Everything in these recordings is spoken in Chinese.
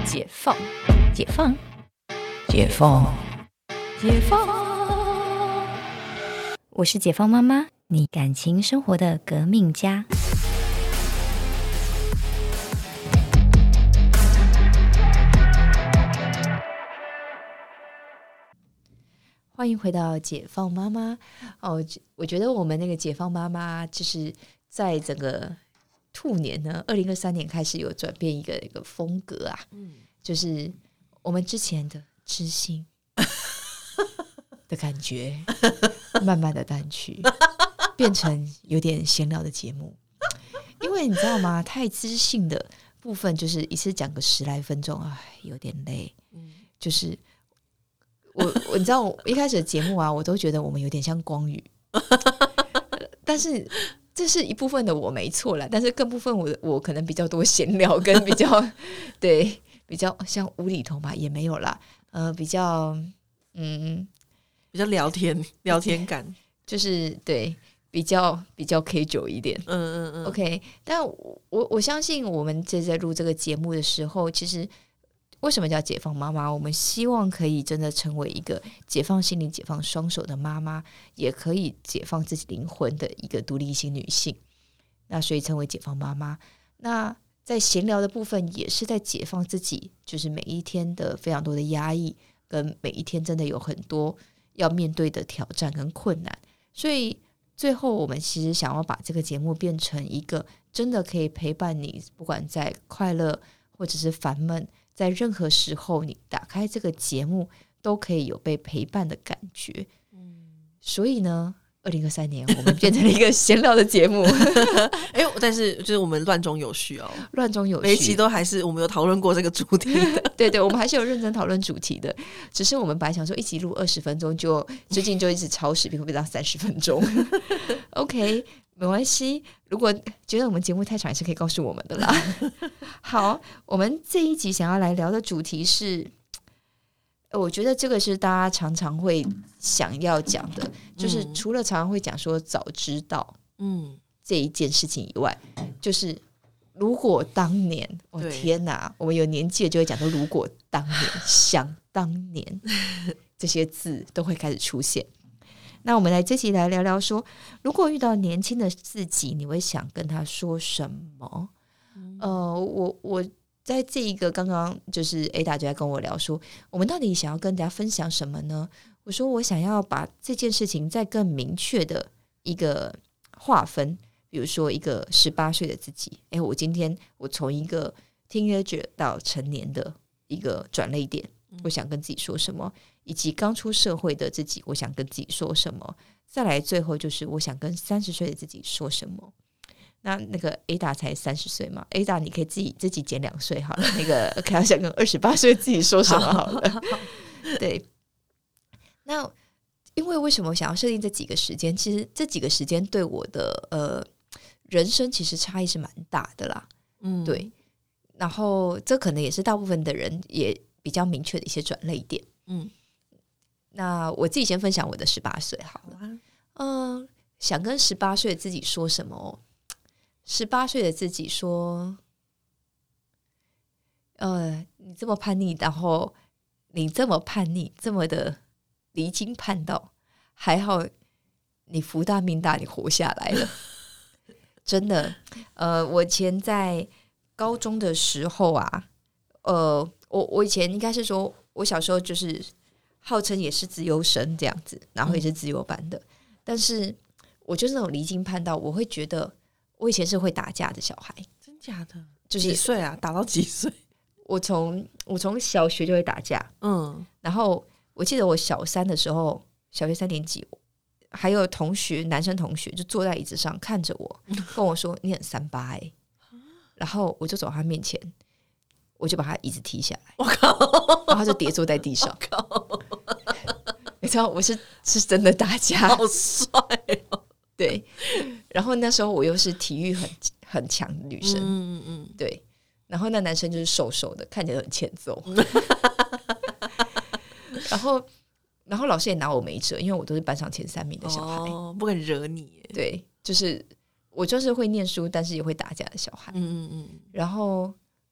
解放，解放，解放，解放。我是解放妈妈，你感情生活的革命家。欢迎回到解放妈妈我觉得我们那个解放妈妈就是在整个兔年呢，2023年开始有转变一个风格啊，就是我们之前的知性的感觉慢慢的淡去，变成有点闲聊的节目。因为你知道吗，太知性的部分就是一次讲个10来分钟，有点累。就是我你知道我一开始的节目啊，我都觉得我们有点像光宇但是这是一部分的我没错啦，但是更部分我可能比较多闲聊跟比较对比较像无厘头嘛，也没有啦，比较聊天感，就是对比较 K9 一点。OK， 但我相信我们在录这个节目的时候，其实为什么叫解放妈妈？我们希望可以真的成为一个解放心灵、解放双手的妈妈，也可以解放自己灵魂的一个独立型女性。那所以成为解放妈妈。那在闲聊的部分，也是在解放自己，就是每一天的非常多的压抑，跟每一天真的有很多要面对的挑战跟困难。所以最后我们其实想要把这个节目变成一个真的可以陪伴你，不管在快乐或者是烦闷，在任何时候你打开这个节目都可以有被陪伴的感觉。所以呢2023年我们变成了一个闲聊的节目但是就是我们乱中有序哦， 乱中有序， 每一集都还是我们有讨论过这个主题的对，我们还是有认真讨论主题的，只是我们本来想说一集录20分钟，最近就一直超时，会不会到30分钟OK， 没关系，如果觉得我们节目太长也是可以告诉我们的啦好，我们这一集想要来聊的主题是，我觉得这个是大家常常会想要讲的，就是除了常常会讲说早知道这一件事情以外，就是如果当年，天哪，我们有年纪的就会讲说如果当年想当年这些字都会开始出现。那我们来这期来聊聊说，如果遇到年轻的自己，你会想跟他说什么？我在这一个刚刚就是 Ada 就在跟我聊说，我们到底想要跟大家分享什么呢？我说我想要把这件事情再更明确的一个划分，比如说一个18岁的自己，我今天我从一个 teenager 到成年的一个转捩点，我想跟自己说什么，以及刚出社会的自己我想跟自己说什么，再来最后就是我想跟30岁的自己说什么。那个 Ada 才30岁嘛， Ada 你可以自己减2岁好了，那个看想跟28岁自己说什么好了对，那因为什么我想要设定这几个时间，其实这几个时间对我的人生其实差异是蛮大的啦。对，然后这可能也是大部分的人也比较明确的一些转捩点。那我自己先分享我的18岁好了。想跟18岁的自己说什么？18岁的自己说，你这么叛逆，然后你这么叛逆，这么的离经叛道，还好你福大命大，你活下来了真的。我以前在高中的时候啊，我以前应该是说我小时候就是号称也是资优生这样子，然后也是资优班的，但是我就是那种离经叛道，我会觉得我以前是会打架的小孩。 真假的？ 就是几岁啊？打到几岁？ 我从小学就会打架。然后我记得我小3的时候，小学3年级，还有男生同学就坐在椅子上看着我跟我说你很38然后我就走到他面前，我就把他椅子踢下来，我靠，然后他就跌坐在地上，我靠你知道我是真的打架， 好帅哦。 对，然后那时候我又是体育很强的女生，对，然后那男生就是瘦瘦的，看起来很欠揍然后老师也拿我没辙，因为我都是班上前3名的小孩， 不敢惹你耶。 对，就是我就是会念书但是也会打架的小孩。然后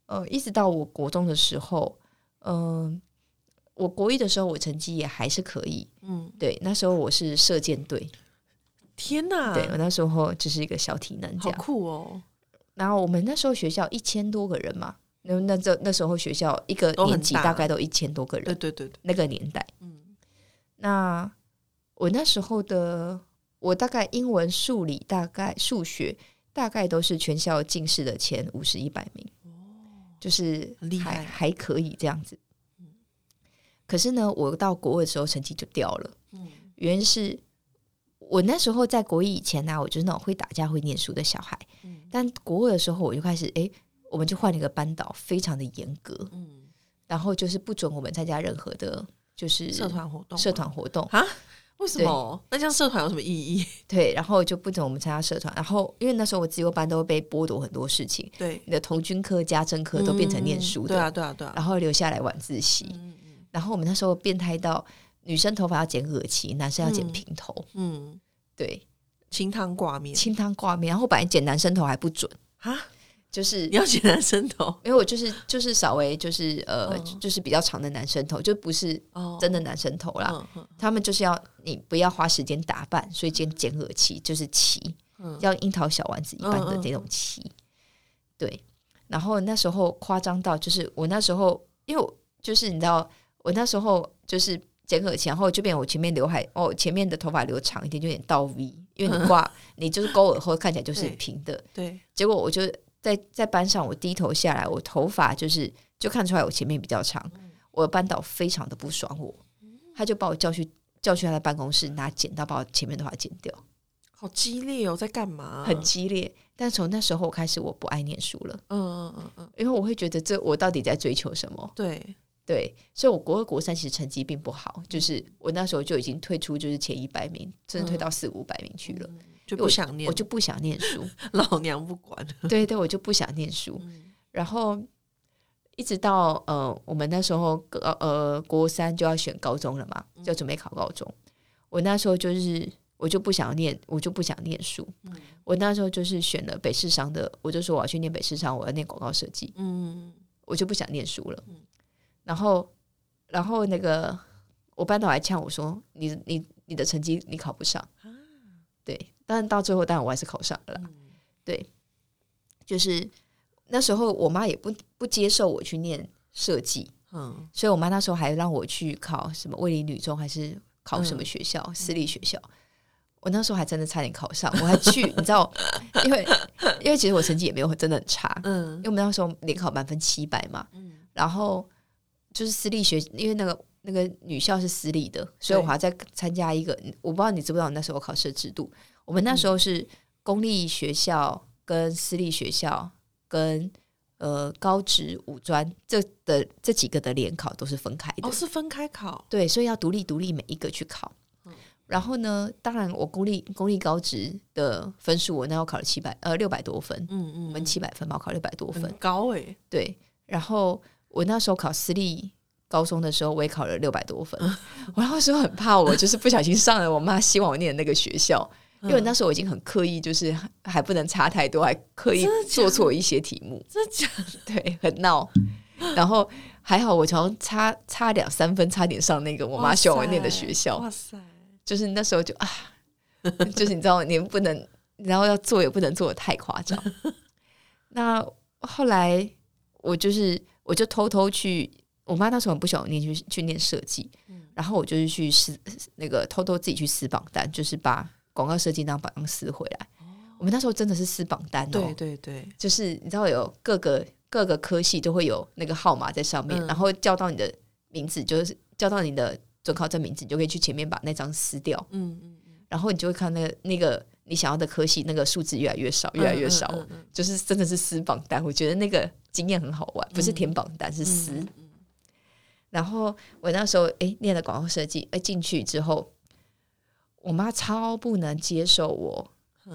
一直到我国中的时候，我国一的时候我成绩也还是可以，对，那时候我是射箭队， 天哪， 对，我那时候就是一个小体能这好样。 酷哦！ 然后我们那时候学校1000多个人嘛，那时候学校一个年级大概都1000多个人， 对， 那个年代，那我那时候我大概英文、数理、大概数学大概都是全校进士的前50、100名，就是很厉害还可以这样子。可是呢，我到国二的时候成绩就掉了，原因是我那时候在国一以前呢，我就是那种会打架会念书的小孩，但国二的时候我就开始我们就换了一个班导，非常的严格，然后就是不准我们参加任何的就是社团活动啊？ 为什么？那这样社团有什么意义？ 对，然后就不准我们参加社团，然后因为那时候我自由班都会被剥夺很多事情， 对， 你的童军课、家政课都变成念书的， 对啊， 然后留下来晚自习，然后我们那时候变态到女生头发要剪耳旗，男生要剪平头，对， 清汤挂面， 然后本来剪男生头还不准啊， 就是你要剪男生头， 因为我就是稍微就是就是比较长的男生头，就不是真的男生头啦。他们就是要你不要花时间打扮，所以剪耳旗就是齐，要樱桃小丸子一般的那种齐。对，然后那时候夸张到就是我那时候，因为我就是你知道，我那时候就是剪耳旗，然后就变我前面刘海前面的头发留长一点，就有点倒 V， 因为你你就是勾耳后看起来就是平的。 对， 结果我就在班上，我低头下来，我头发就看出来我前面比较长，我的班导非常的不爽我，他就把我叫去他的办公室拿剪刀把我前面的头发剪掉。 好激烈哦，在干嘛？ 很激烈，但从那时候开始我不爱念书了，因为我会觉得我到底在追求什么？对，所以我国二国三其实成绩并不好，就是我那时候就已经退出就是前100名，甚至退到400、500名去了， 就不想念， 我就不想念书， 老娘不管。 对，我就不想念书，然后一直到我们那时候国三就要选高中了嘛，就准备考高中，我那时候我就不想念书，我那时候就是选了北市商的，我就说我要去念北市商，我要念广告设计，我就不想念书了，然后那个我班导还呛我说你的成绩你考不上，对，但到最后当然我还是考上了啦，对，就是那时候我妈也不接受我去念设计，所以我妈那时候还让我去考什么卫理女中还是考什么学校，私立学校。我那时候还真的差点考上，我还去你知道，因为其实我成绩也没有真的很差，因为我们那时候联考满分700嘛，然后就是私立学，因为那个女校是私立的，所以我还在参加一个，我不知道你知不知道那时候考试的制度，我们那时候是公立学校跟私立学校跟高职五专这几个的联考都是分开的， 是分开考， 对，所以要独立每一个去考。然后呢，当然我公立高职的分数，我那时候考了600多分，我们700分嘛，我考600多分， 很高对，然后我那时候考私立高中的时候，我也考了600多分。我那时候很怕我就是不小心上了我妈希望我念的那个学校，因为那时候我已经很刻意，就是还不能差太多，还刻意做错一些题目， 真的假的？ 对，很闹。然后还好我从差2-3分，差点上那个我妈希望我念的学校。 哇塞！就是那时候就是你知道，你不能，然后要做也不能做的太夸张。那后来我就偷偷去，我妈那时候很不喜欢我去念设计，然后我就是去偷偷自己去撕榜单，就是把广告设计当榜样撕回来。我们那时候真的是撕榜单哦， 对， 就是你知道有各个科系都会有那个号码在上面，然后叫到你的名字，就是叫到你的准考证名字，你就可以去前面把那张撕掉，然后你就会看那个你想要的科系那个数字越来越少，就是真的是撕榜单。我觉得那个经验很好玩，不是填榜单，是撕。然后我那时候念了广告设计，进去之后，我妈超不能接受我，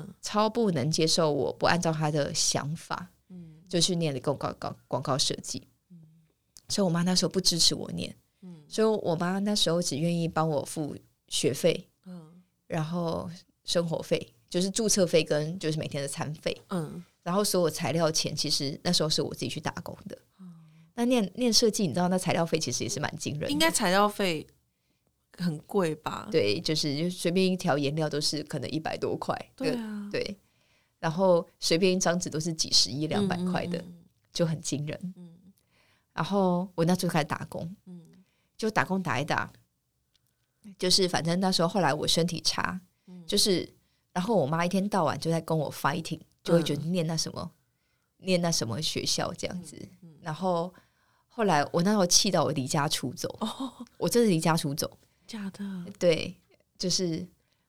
不按照她的想法，就去念了广告设计，所以我妈那时候不支持我念。所以我妈那时候只愿意帮我付学费，然后生活费就是注册费跟就是每天的餐费， 然后所有材料钱其实那时候是我自己去打工的。那念设计，你知道那材料费其实也是蛮惊人的， 应该材料费很贵吧？ 对，就是随便一条颜料都是可能100多块， 对啊， 对，然后随便一张纸都是几十1、200块的，就很惊人。然后我那时候开始打工，就打工打一打，就是反正那时候后来我身体差，就是然后我妈一天到晚就在跟我 fighting， 就会觉得念那什么学校这样子。然后后来我那时候气到我离家出走，我真的离家出走。 假的？ 对，就是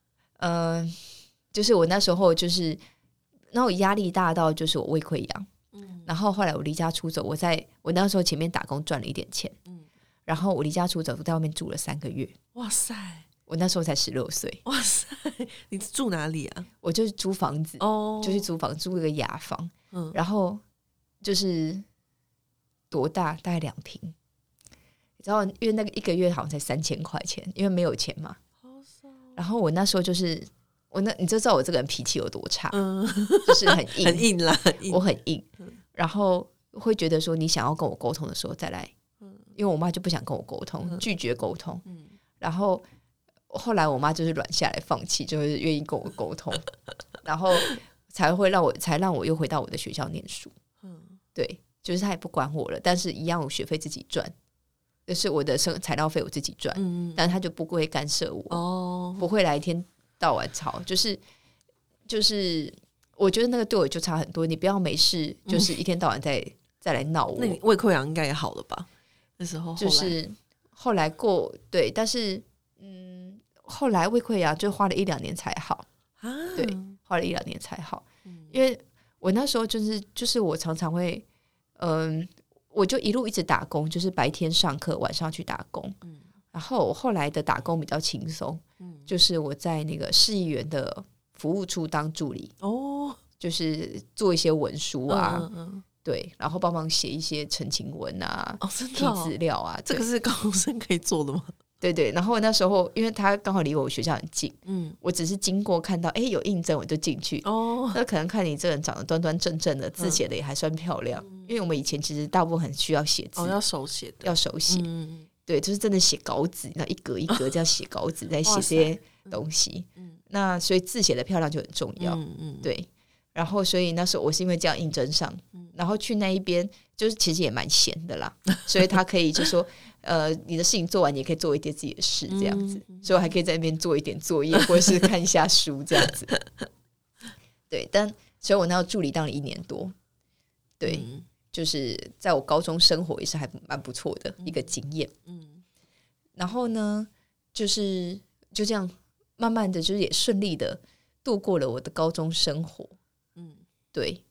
就是我那时候就是然后我压力大到就是我胃溃疡，然后后来我离家出走，我那时候前面打工赚了一点钱，然后我离家出走，我在外面住了3个月。 哇塞！ 我那时候才16岁。 哇塞！你住哪里啊？ 我就是租房子，就去租房，租一个雅房，然后就是多大？大概2坪。你知道，因为那个1个月好像才3000块钱，因为没有钱嘛。然后我那时候就是你就知道我这个人脾气有多差，就是很硬， 很硬啦， 我很硬，然后会觉得说你想要跟我沟通的时候再来，因为我妈就不想跟我沟通，拒绝沟通，然后后来我妈就是软下来放弃，就是愿意跟我沟通，然后才让我又回到我的学校念书。对，就是她也不管我了，但是一样我学费自己赚，就是我的材料费我自己赚，但是她就不会干涉我，不会来一天到晚吵，就是我觉得那个对我就差很多。你不要没事就是一天到晚再来闹我。 那你胃溃疡应该也好了吧？那时候就是后来对，但是后来胃溃疡就花了1-2年才好啊。对，花了1-2年才好，因为我那时候就是我常常会我就一路一直打工，就是白天上课，晚上去打工。然后我后来的打工比较轻松，就是我在那个市议员的服务处当助理，就是做一些文书啊，对，然后帮忙写一些陈情文啊，批资料啊。 这个是高中生可以做的吗？ 对对，然后那时候因为他刚好离我学校很近，我只是经过看到有应征我就进去。那可能看你这人长得端端正正的，字写的也还算漂亮，因为我们以前其实大部分很需要写字， 要手写的， 要手写。对，就是真的写稿子，那一格一格这样写稿子，在写这些东西。那所以字写的漂亮就很重要。对，然后所以那时候我是因为这样应征上，然后去那一边就是其实也蛮闲的啦，所以他可以就说你的事情做完，你也可以做一点自己的事这样子，所以我还可以在那边做一点作业或者是看一下书这样子。对，所以我那个助理当了1年多。对，就是在我高中生活也是还蛮不错的一个经验。然后呢就这样慢慢的就是也顺利的度过了我的高中生活。对，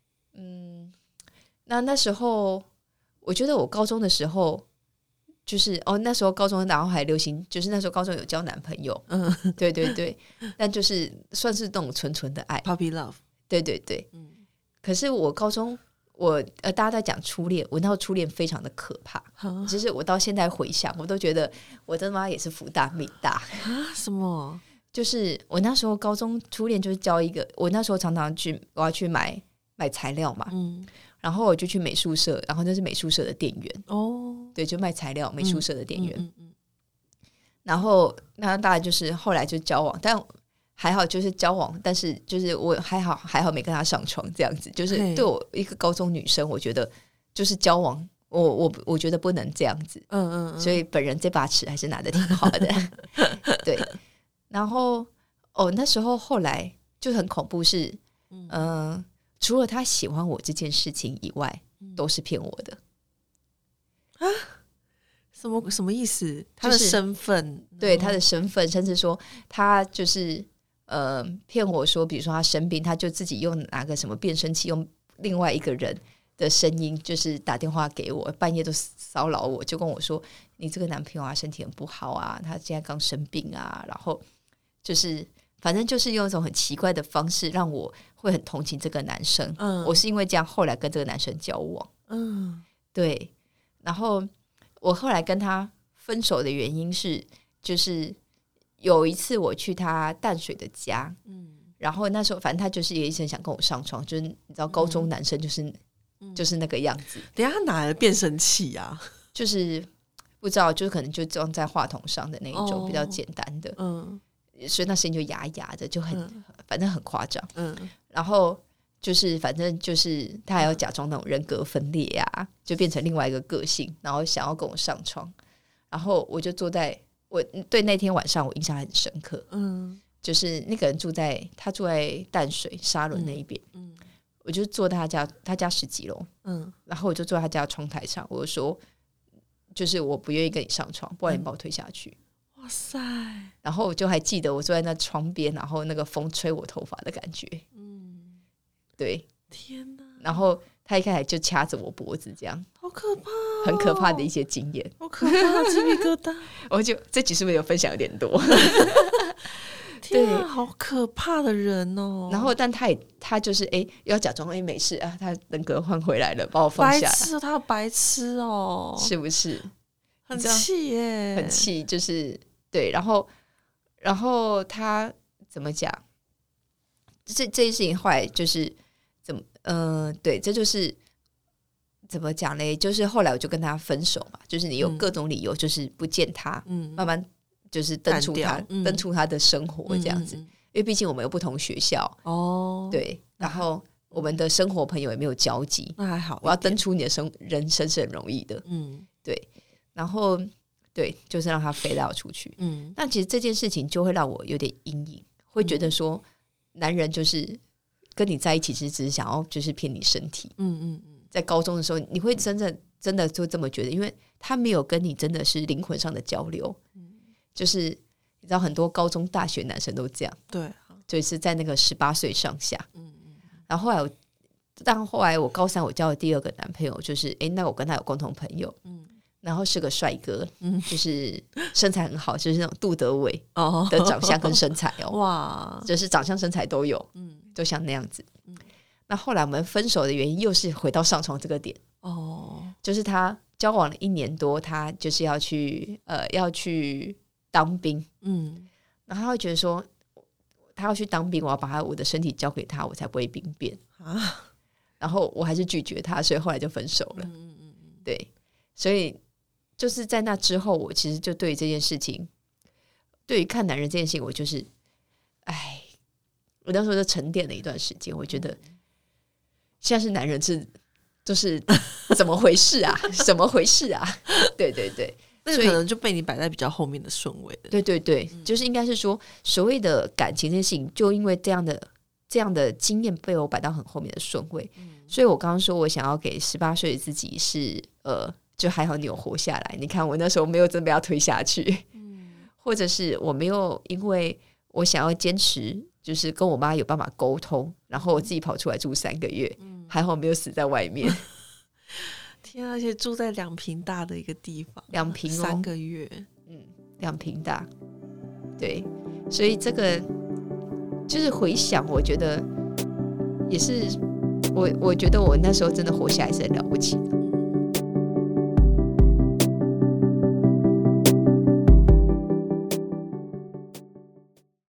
那时候我觉得我高中的时候就是那时候高中然后还流行，就是那时候高中有交男朋友。对对对，但就是算是那种纯纯的爱 puppy love。 对对对。可是我高中大家在讲初恋，我那时候初恋非常的可怕，其实我到现在回想我都觉得我的妈也是福大命大啊！什么？就是我那时候高中初恋就是交一个，我那时候常常我要去买材料嘛，然后我就去美术社，然后那是美术社的店员。对，就卖材料美术社的店员。然后那大概就是后来就交往，但还好就是交往，但是就是我还好没跟他上床这样子，就是对我一个高中女生，我觉得就是交往我觉得不能这样子。所以本人这把尺还是拿得挺好的。对，然后那时候后来就很恐怖是除了他喜欢我这件事情以外，都是骗我的。 啊？什么意思？他的身份？ 对，他的身份，甚至说他就是骗我说，比如说他生病，他就自己用拿个什么变声器，用另外一个人的声音，就是打电话给我，半夜都骚扰我，就跟我说你这个男朋友啊身体很不好啊，他现在刚生病啊，然后就是反正就是用一种很奇怪的方式让我会很同情这个男生。我是因为这样后来跟这个男生交往。对，然后我后来跟他分手的原因是就是有一次我去他淡水的家， 然后那时候反正他就是也一直想跟我上床，就是你知道高中男生就是那个样子。 等一下他哪来的变声器啊？ 就是不知道，就是可能就装在话筒上的那一种，比较简单的。所以那声音就哑哑的，就反正很夸张。然后就是反正就是他还要假装那种人格分裂啊，就变成另外一个个性，然后想要跟我上床。然后我就坐在我对那天晚上我印象很深刻。就是那个人他住在淡水沙仑那一边。我就坐在他家10几楼。然后我就坐在他家窗台上，我就说就是我不愿意跟你上床，不然你把我推下去。 哇塞！ 然后我就还记得我坐在那窗边，然后那个风吹我头发的感觉。对， 天哪！ 然后他一开始就掐着我脖子，这样好可怕很可怕的一些经验。 好可怕，鸡皮疙瘩。 我就这集是不是有分享有点多？ 天啊，好可怕的人哦！ 然后，但他就是要假装没事啊，他人格换回来了，把我放下来。 白痴，他白痴哦， 是不是？ 很气耶， 很气，就是对。然后他怎么讲？这件事情后来就是对，这就是怎么讲嘞？就是后来我就跟他分手嘛，就是你有各种理由，就是不见他，慢慢就是登出他的生活这样子。因为毕竟我们有不同学校对，然后我们的生活朋友也没有交集， 那还好。 我要登出你的人生是很容易的，对。然后对，就是让他飞到出去。但其实这件事情就会让我有点阴影，会觉得说，男人就是跟你在一起，其实只是想要就是骗你身体。在高中的时候，你会真的就这么觉得，因为他没有跟你真的是灵魂上的交流。就是你知道，很多高中、大学男生都这样。 对， 就是在那个18岁上下。然后后来我高3我交了第2个男朋友，就是那我跟他有共同朋友。然后是个帅哥，就是身材很好，就是那种杜德伟的长相跟身材哇，就是长相身材都有，就像那样子。那后来我们分手的原因又是回到上床这个点就是他交往了1年多，他就是要去当兵，然后他会觉得说他要去当兵，我要把我的身体交给他，我才不会兵变啊。然后我还是拒绝他，所以后来就分手了。对，所以就是在那之后，我其实就对于这件事情，对于看男人这件事情，我就是我那时候就沉淀了一段时间，我觉得现在是男人就是怎么回事啊？怎么回事啊？对对对， 那可能就被你摆在比较后面的顺位了。 对对对，就是应该是说，所谓的感情这件事情，就因为这样的经验被我摆到很后面的顺位。所以我刚刚说我想要给18岁的自己是就还好你有活下来，你看我那时候没有真的要推下去，或者是我没有因为我想要坚持，就是跟我妈有办法沟通，然后我自己跑出来住3个月，还好没有死在外面。 天啊，而且住在2坪大的一个地方 ，2坪 3个月 ，2坪大，对，所以这个就是回想，我觉得也是我觉得我那时候真的活下来是很了不起的。